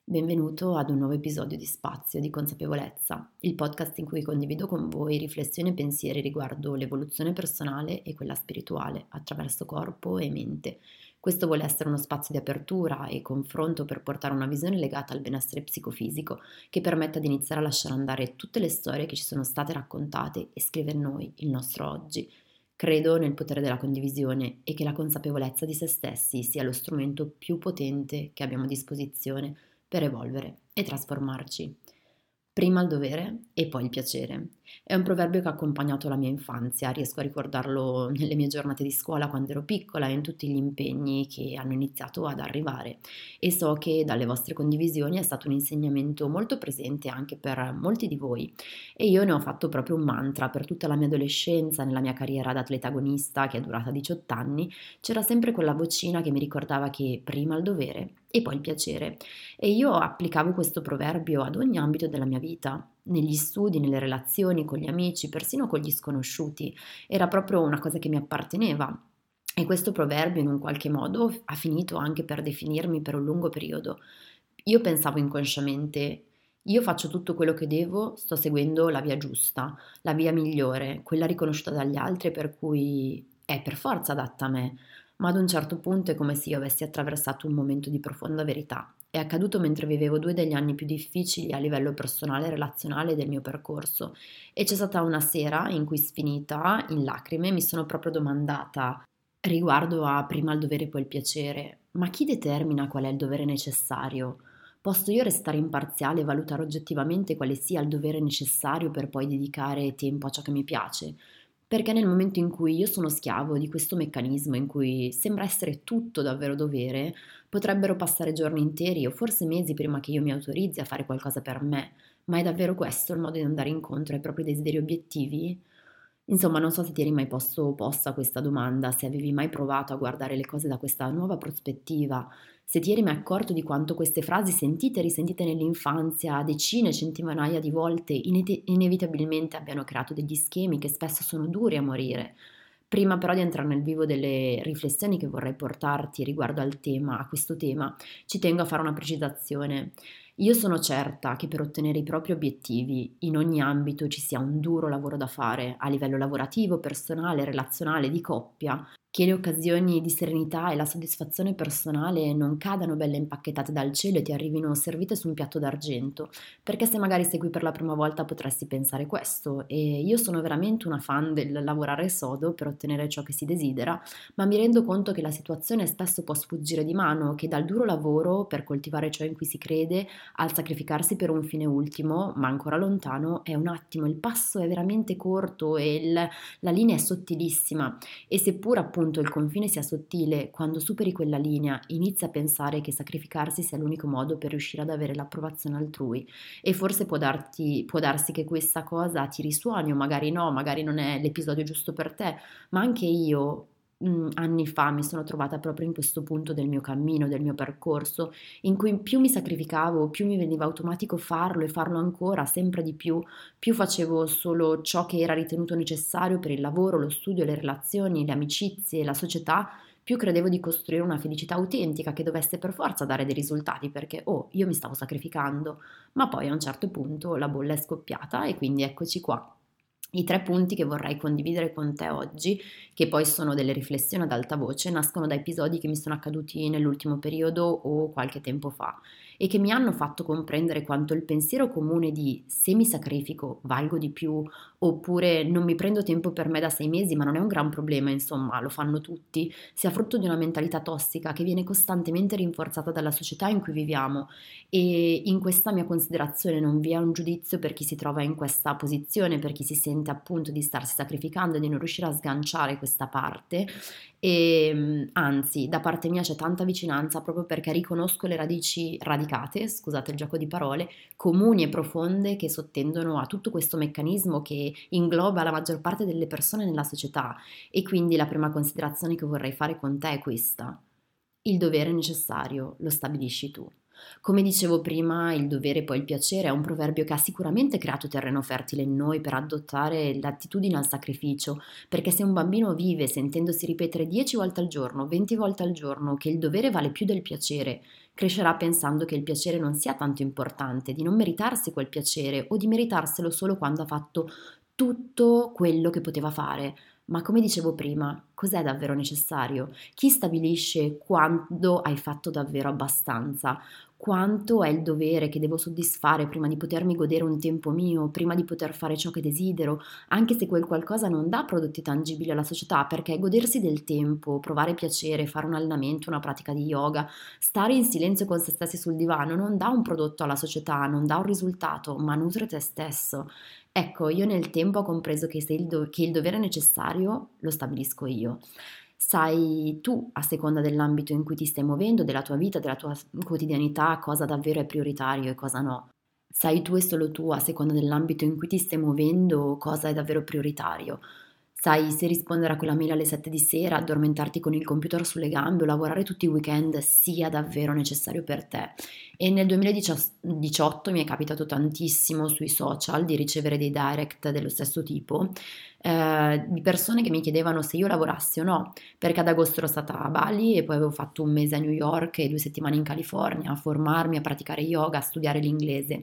Benvenuto ad un nuovo episodio di Spazio di Consapevolezza, il podcast in cui condivido con voi riflessioni e pensieri riguardo l'evoluzione personale e quella spirituale attraverso corpo e mente. Questo vuole essere uno spazio di apertura e confronto per portare una visione legata al benessere psicofisico che permetta di iniziare a lasciare andare tutte le storie che ci sono state raccontate e scrivere noi il nostro oggi. Credo nel potere della condivisione e che la consapevolezza di se stessi sia lo strumento più potente che abbiamo a disposizione per evolvere e trasformarci. Prima il dovere e poi il piacere. È un proverbio che ha accompagnato la mia infanzia, riesco a ricordarlo nelle mie giornate di scuola quando ero piccola e in tutti gli impegni che hanno iniziato ad arrivare e so che dalle vostre condivisioni è stato un insegnamento molto presente anche per molti di voi e io ne ho fatto proprio un mantra per tutta la mia adolescenza, nella mia carriera da atleta agonista che è durata 18 anni, c'era sempre quella vocina che mi ricordava che prima il dovere e poi il piacere e io applicavo questo proverbio ad ogni ambito della mia vita, negli studi, nelle relazioni, con gli amici, persino con gli sconosciuti. Era proprio una cosa che mi apparteneva. E questo proverbio in un qualche modo ha finito anche per definirmi per un lungo periodo. Io pensavo inconsciamente, io faccio tutto quello che devo, sto seguendo la via giusta, la via migliore, quella riconosciuta dagli altri per cui è per forza adatta a me, ma ad un certo punto è come se io avessi attraversato un momento di profonda verità. È accaduto mentre vivevo due degli anni più difficili a livello personale e relazionale del mio percorso e c'è stata una sera in cui sfinita, in lacrime, mi sono proprio domandata riguardo a prima il dovere e poi il piacere, ma chi determina qual è il dovere necessario? Posso io restare imparziale e valutare oggettivamente quale sia il dovere necessario per poi dedicare tempo a ciò che mi piace? Perché nel momento in cui io sono schiavo di questo meccanismo in cui sembra essere tutto davvero dovere, potrebbero passare giorni interi o forse mesi prima che io mi autorizzi a fare qualcosa per me. Ma è davvero questo il modo di andare incontro ai propri desideri obiettivi? Insomma, non so se ti eri mai posta questa domanda, se avevi mai provato a guardare le cose da questa nuova prospettiva, se ti eri mai accorto di quanto queste frasi sentite e risentite nell'infanzia decine, centinaia di volte inevitabilmente abbiano creato degli schemi che spesso sono duri a morire. Prima però di entrare nel vivo delle riflessioni che vorrei portarti riguardo a questo tema, ci tengo a fare una precisazione. Io sono certa che per ottenere i propri obiettivi in ogni ambito ci sia un duro lavoro da fare a livello lavorativo, personale, relazionale, di coppia, che le occasioni di serenità e la soddisfazione personale non cadano belle impacchettate dal cielo e ti arrivino servite su un piatto d'argento, perché se magari sei qui per la prima volta potresti pensare questo e io sono veramente una fan del lavorare sodo per ottenere ciò che si desidera, ma mi rendo conto che la situazione spesso può sfuggire di mano, che dal duro lavoro per coltivare ciò in cui si crede al sacrificarsi per un fine ultimo, ma ancora lontano, è un attimo, il passo è veramente corto e la linea è sottilissima e seppur appunto il confine sia sottile, quando superi quella linea inizi a pensare che sacrificarsi sia l'unico modo per riuscire ad avere l'approvazione altrui e forse può darsi che questa cosa ti risuoni o magari no, magari non è l'episodio giusto per te, ma anche io anni fa mi sono trovata proprio in questo punto del mio cammino, del mio percorso, in cui più mi sacrificavo, più mi veniva automatico farlo e farlo ancora, sempre di più facevo solo ciò che era ritenuto necessario per il lavoro, lo studio, le relazioni, le amicizie, la società, più credevo di costruire una felicità autentica che dovesse per forza dare dei risultati perché, oh, io mi stavo sacrificando, ma poi a un certo punto la bolla è scoppiata e quindi eccoci qua. I tre punti che vorrei condividere con te oggi, che poi sono delle riflessioni ad alta voce, nascono da episodi che mi sono accaduti nell'ultimo periodo o qualche tempo fa e che mi hanno fatto comprendere quanto il pensiero comune di se mi sacrifico valgo di più oppure non mi prendo tempo per me da 6 mesi ma non è un gran problema, insomma, lo fanno tutti, sia frutto di una mentalità tossica che viene costantemente rinforzata dalla società in cui viviamo e in questa mia considerazione non vi è un giudizio per chi si trova in questa posizione, per chi si sente appunto di starsi sacrificando e di non riuscire a sganciare questa parte e anzi da parte mia c'è tanta vicinanza proprio perché riconosco le radici radicate, scusate il gioco di parole, comuni e profonde che sottendono a tutto questo meccanismo che ingloba la maggior parte delle persone nella società e quindi la prima considerazione che vorrei fare con te è questa. Il dovere necessario lo stabilisci tu. Come dicevo prima, il dovere e poi il piacere è un proverbio che ha sicuramente creato terreno fertile in noi per adottare l'attitudine al sacrificio, perché se un bambino vive sentendosi ripetere 10 volte al giorno, 20 volte al giorno che il dovere vale più del piacere, Crescerà pensando che il piacere non sia tanto importante, di non meritarsi quel piacere o di meritarselo solo quando ha fatto tutto quello che poteva fare. Ma come dicevo prima, cos'è davvero necessario? Chi stabilisce quando hai fatto davvero abbastanza? Quanto è il dovere che devo soddisfare prima di potermi godere un tempo mio, prima di poter fare ciò che desidero, anche se quel qualcosa non dà prodotti tangibili alla società, perché godersi del tempo, provare piacere, fare un allenamento, una pratica di yoga, stare in silenzio con se stessi sul divano non dà un prodotto alla società, non dà un risultato, ma nutre te stesso. Ecco, io nel tempo ho compreso che, se che il dovere è necessario, lo stabilisco io. Sai tu, a seconda dell'ambito in cui ti stai muovendo, della tua vita, della tua quotidianità, cosa davvero è prioritario e cosa no. Sai tu e solo tu, a seconda dell'ambito in cui ti stai muovendo, cosa è davvero prioritario. Sai se rispondere a quella mail alle 7 di sera, addormentarti con il computer sulle gambe o lavorare tutti i weekend sia davvero necessario per te. E nel 2018 mi è capitato tantissimo sui social di ricevere dei direct dello stesso tipo, di persone che mi chiedevano se io lavorassi o no, perché ad agosto ero stata a Bali e poi avevo fatto un mese a New York e 2 settimane in California a formarmi, a praticare yoga, a studiare l'inglese.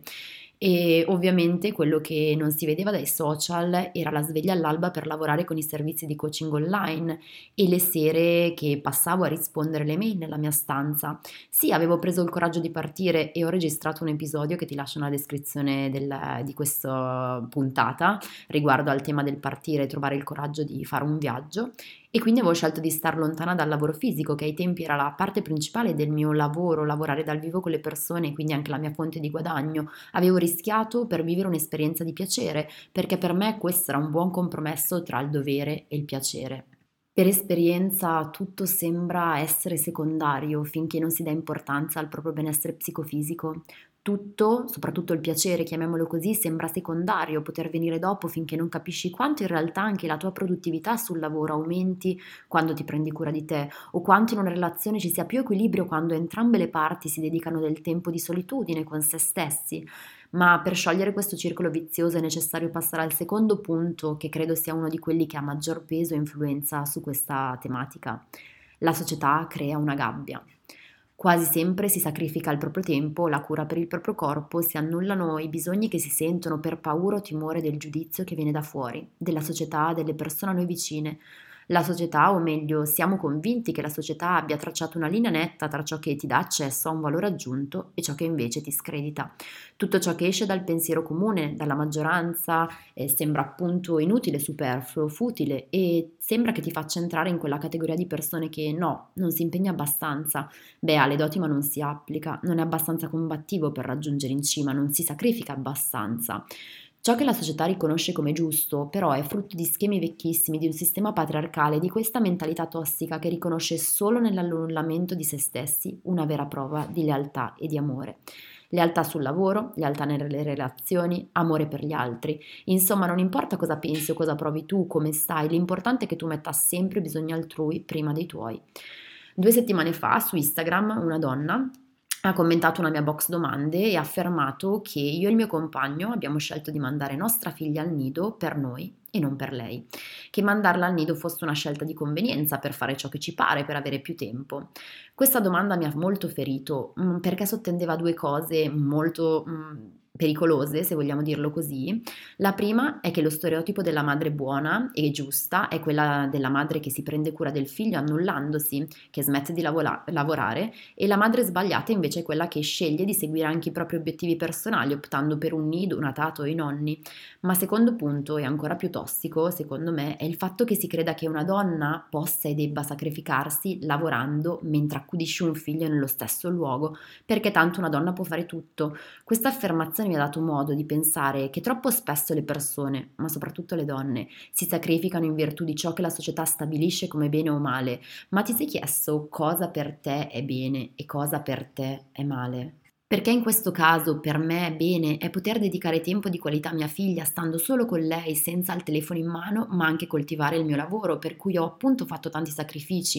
E ovviamente quello che non si vedeva dai social era la sveglia all'alba per lavorare con i servizi di coaching online e le sere che passavo a rispondere alle mail nella mia stanza. Sì, avevo preso il coraggio di partire e ho registrato un episodio che ti lascio nella descrizione di questa puntata riguardo al tema del partire e trovare il coraggio di fare un viaggio. E quindi avevo scelto di star lontana dal lavoro fisico, che ai tempi era la parte principale del mio lavoro, lavorare dal vivo con le persone, quindi anche la mia fonte di guadagno. Avevo rischiato per vivere un'esperienza di piacere, perché per me questo era un buon compromesso tra il dovere e il piacere. Per esperienza tutto sembra essere secondario finché non si dà importanza al proprio benessere psicofisico. Tutto, soprattutto il piacere, chiamiamolo così, sembra secondario, poter venire dopo finché non capisci quanto in realtà anche la tua produttività sul lavoro aumenti quando ti prendi cura di te, o quanto in una relazione ci sia più equilibrio quando entrambe le parti si dedicano del tempo di solitudine con se stessi. Ma per sciogliere questo circolo vizioso è necessario passare al secondo punto, che credo sia uno di quelli che ha maggior peso e influenza su questa tematica. La società crea una gabbia. Quasi sempre si sacrifica il proprio tempo, la cura per il proprio corpo, si annullano i bisogni che si sentono per paura o timore del giudizio che viene da fuori, della società, delle persone a noi vicine. La società, o meglio, siamo convinti che la società abbia tracciato una linea netta tra ciò che ti dà accesso a un valore aggiunto e ciò che invece ti scredita. Tutto ciò che esce dal pensiero comune, dalla maggioranza, sembra appunto inutile, superfluo, futile e sembra che ti faccia entrare in quella categoria di persone che no, non si impegna abbastanza. Beh, alle doti ma non si applica, non è abbastanza combattivo per raggiungere in cima, non si sacrifica abbastanza. Ciò che la società riconosce come giusto, però, è frutto di schemi vecchissimi, di un sistema patriarcale, di questa mentalità tossica che riconosce solo nell'annullamento di se stessi una vera prova di lealtà e di amore. Lealtà sul lavoro, lealtà nelle relazioni, amore per gli altri. Insomma, non importa cosa pensi o cosa provi tu, come stai, l'importante è che tu metta sempre i bisogni altrui prima dei tuoi. 2 settimane fa su Instagram una donna ha commentato una mia box domande e ha affermato che io e il mio compagno abbiamo scelto di mandare nostra figlia al nido per noi e non per lei, che mandarla al nido fosse una scelta di convenienza per fare ciò che ci pare, per avere più tempo. Questa domanda mi ha molto ferito, perché sottendeva due cose molto pericolose, se vogliamo dirlo così. La prima è che lo stereotipo della madre buona e giusta è quella della madre che si prende cura del figlio annullandosi, che smette di lavorare, e la madre sbagliata invece è quella che sceglie di seguire anche i propri obiettivi personali, optando per un nido, una tata o i nonni. Ma secondo punto, e ancora più tossico, secondo me, è il fatto che si creda che una donna possa e debba sacrificarsi lavorando mentre accudisce un figlio nello stesso luogo, perché tanto una donna può fare tutto. Questa affermazione mi ha dato modo di pensare che troppo spesso le persone, ma soprattutto le donne, si sacrificano in virtù di ciò che la società stabilisce come bene o male. Ma ti sei chiesto cosa per te è bene e cosa per te è male? Perché in questo caso per me bene è poter dedicare tempo di qualità a mia figlia stando solo con lei senza il telefono in mano, ma anche coltivare il mio lavoro per cui ho appunto fatto tanti sacrifici,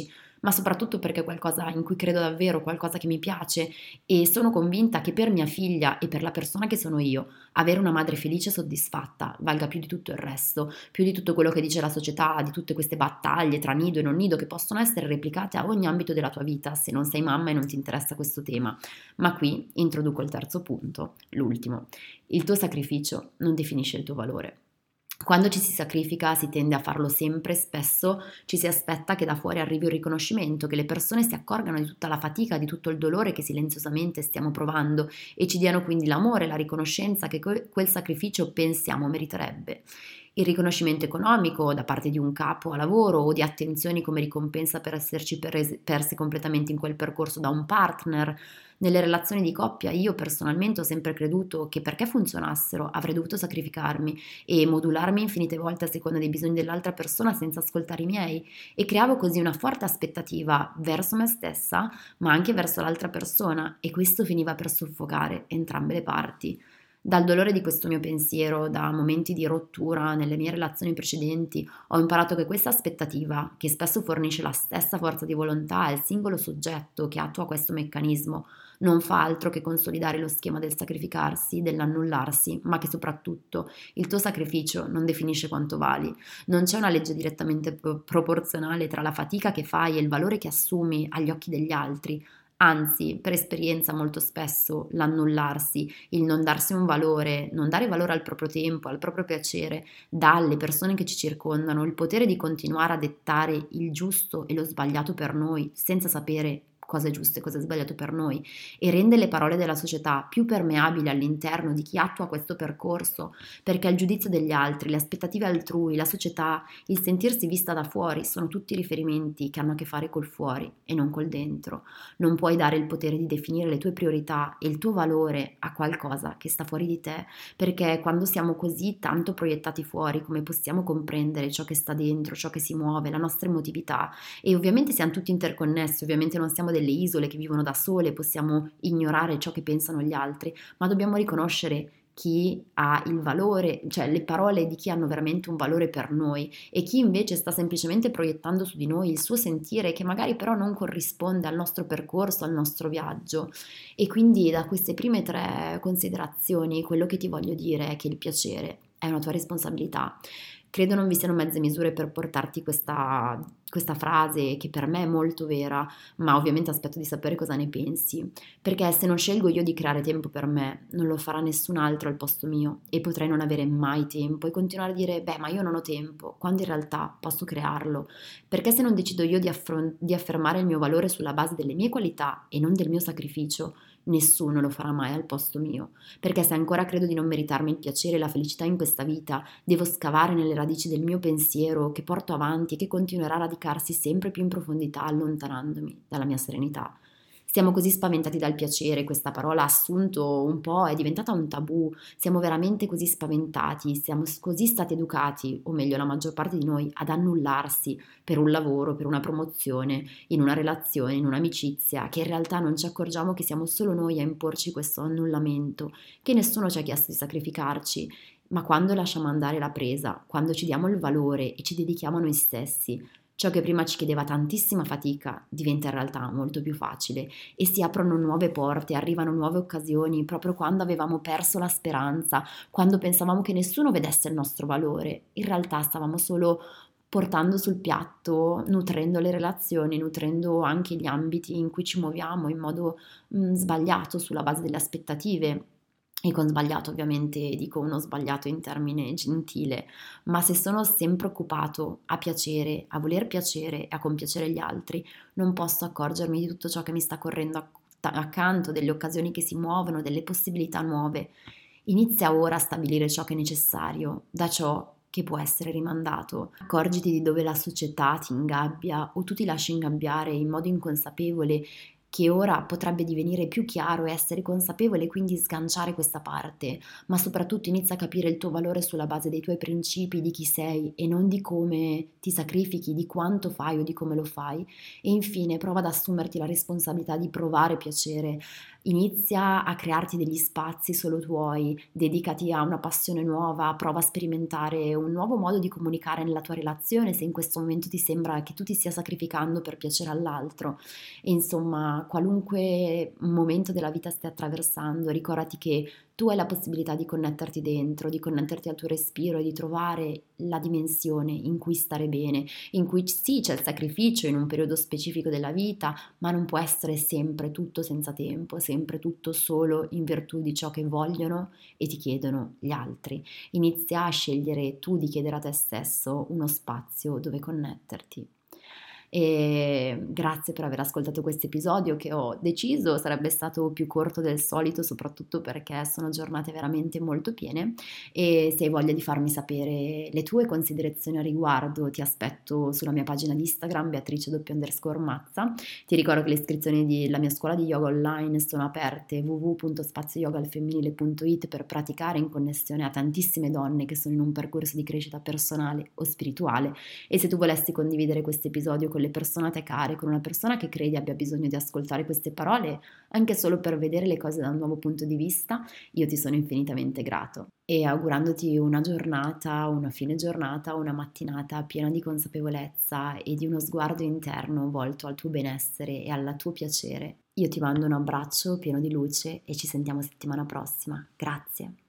ma soprattutto perché è qualcosa in cui credo davvero, qualcosa che mi piace e sono convinta che per mia figlia e per la persona che sono io, avere una madre felice e soddisfatta valga più di tutto il resto, più di tutto quello che dice la società, di tutte queste battaglie tra nido e non nido che possono essere replicate a ogni ambito della tua vita se non sei mamma e non ti interessa questo tema. Ma qui introduco il terzo punto, l'ultimo. Il tuo sacrificio non definisce il tuo valore. Quando ci si sacrifica si tende a farlo sempre, spesso ci si aspetta che da fuori arrivi un riconoscimento, che le persone si accorgano di tutta la fatica, di tutto il dolore che silenziosamente stiamo provando e ci diano quindi l'amore, la riconoscenza che quel sacrificio pensiamo meriterebbe. Il riconoscimento economico da parte di un capo a lavoro o di attenzioni come ricompensa per esserci perse completamente in quel percorso da un partner. Nelle relazioni di coppia io personalmente ho sempre creduto che perché funzionassero avrei dovuto sacrificarmi e modularmi infinite volte a seconda dei bisogni dell'altra persona senza ascoltare i miei e creavo così una forte aspettativa verso me stessa ma anche verso l'altra persona e questo finiva per soffocare entrambe le parti. Dal dolore di questo mio pensiero, da momenti di rottura nelle mie relazioni precedenti, ho imparato che questa aspettativa, che spesso fornisce la stessa forza di volontà al singolo soggetto che attua questo meccanismo, non fa altro che consolidare lo schema del sacrificarsi, dell'annullarsi, ma che soprattutto il tuo sacrificio non definisce quanto vali. Non c'è una legge direttamente proporzionale tra la fatica che fai e il valore che assumi agli occhi degli altri. Anzi, per esperienza molto spesso l'annullarsi, il non darsi un valore, non dare valore al proprio tempo, al proprio piacere, dà alle persone che ci circondano il potere di continuare a dettare il giusto e lo sbagliato per noi, senza sapere cosa è giusto e cosa è sbagliato per noi, e rende le parole della società più permeabili all'interno di chi attua questo percorso, perché il giudizio degli altri, le aspettative altrui, la società, il sentirsi vista da fuori sono tutti riferimenti che hanno a che fare col fuori e non col dentro. Non puoi dare il potere di definire le tue priorità e il tuo valore a qualcosa che sta fuori di te, perché quando siamo così tanto proiettati fuori, come possiamo comprendere ciò che sta dentro, ciò che si muove, la nostra emotività? E ovviamente siamo tutti interconnessi, ovviamente non siamo delle isole che vivono da sole, possiamo ignorare ciò che pensano gli altri, ma dobbiamo riconoscere chi ha il valore, cioè le parole di chi hanno veramente un valore per noi e chi invece sta semplicemente proiettando su di noi il suo sentire che magari però non corrisponde al nostro percorso, al nostro viaggio. E quindi da queste prime tre considerazioni quello che ti voglio dire è che il piacere è una tua responsabilità. Credo non vi siano mezze misure per portarti questa frase che per me è molto vera, ma ovviamente aspetto di sapere cosa ne pensi, perché se non scelgo io di creare tempo per me, non lo farà nessun altro al posto mio e potrei non avere mai tempo e continuare a dire, beh, ma io non ho tempo, quando in realtà posso crearlo, perché se non decido io di affermare il mio valore sulla base delle mie qualità e non del mio sacrificio, nessuno lo farà mai al posto mio, perché se ancora credo di non meritarmi il piacere e la felicità in questa vita, devo scavare nelle radici del mio pensiero che porto avanti e che continuerà a radicarsi sempre più in profondità, allontanandomi dalla mia serenità. Siamo così spaventati dal piacere, questa parola ha assunto un po', è diventata un tabù, siamo veramente così spaventati, siamo così stati educati, o meglio la maggior parte di noi, ad annullarsi per un lavoro, per una promozione, in una relazione, in un'amicizia, che in realtà non ci accorgiamo che siamo solo noi a imporci questo annullamento, che nessuno ci ha chiesto di sacrificarci, ma quando lasciamo andare la presa, quando ci diamo il valore e ci dedichiamo a noi stessi, ciò che prima ci chiedeva tantissima fatica diventa in realtà molto più facile e si aprono nuove porte, arrivano nuove occasioni proprio quando avevamo perso la speranza, quando pensavamo che nessuno vedesse il nostro valore. In realtà stavamo solo portando sul piatto, nutrendo le relazioni, nutrendo anche gli ambiti in cui ci muoviamo in modo sbagliato sulla base delle aspettative. E con sbagliato ovviamente dico uno sbagliato in termine gentile, ma se sono sempre occupato a piacere, a voler piacere e a compiacere gli altri, non posso accorgermi di tutto ciò che mi sta correndo accanto, delle occasioni che si muovono, delle possibilità nuove. Inizia ora a stabilire ciò che è necessario, da ciò che può essere rimandato. Accorgiti di dove la società ti ingabbia o tu ti lasci ingabbiare in modo inconsapevole che ora potrebbe divenire più chiaro e essere consapevole e quindi sganciare questa parte, ma soprattutto inizia a capire il tuo valore sulla base dei tuoi principi, di chi sei e non di come ti sacrifichi, di quanto fai o di come lo fai. E infine prova ad assumerti la responsabilità di provare piacere Inizia a crearti degli spazi solo tuoi, dedicati a una passione nuova, prova a sperimentare un nuovo modo di comunicare nella tua relazione se in questo momento ti sembra che tu ti stia sacrificando per piacere all'altro. E insomma, qualunque momento della vita stai attraversando, ricordati che tu hai la possibilità di connetterti dentro, di connetterti al tuo respiro e di trovare la dimensione in cui stare bene, in cui sì c'è il sacrificio in un periodo specifico della vita, ma non può essere sempre tutto senza tempo, sempre tutto solo in virtù di ciò che vogliono e ti chiedono gli altri. Inizia a scegliere tu di chiedere a te stesso uno spazio dove connetterti. E grazie per aver ascoltato questo episodio che ho deciso sarebbe stato più corto del solito, soprattutto perché sono giornate veramente molto piene e se hai voglia di farmi sapere le tue considerazioni a riguardo ti aspetto sulla mia pagina di Instagram Beatrice_Mazza. Ti ricordo che le iscrizioni della mia scuola di yoga online sono aperte www.spazioyogalfemminile.it per praticare in connessione a tantissime donne che sono in un percorso di crescita personale o spirituale e se tu volessi condividere questo episodio con le persone a te care, con una persona che credi abbia bisogno di ascoltare queste parole, anche solo per vedere le cose da un nuovo punto di vista, io ti sono infinitamente grato. E augurandoti una giornata, una fine giornata, una mattinata piena di consapevolezza e di uno sguardo interno volto al tuo benessere e al tuo piacere. Io ti mando un abbraccio pieno di luce e ci sentiamo settimana prossima. Grazie.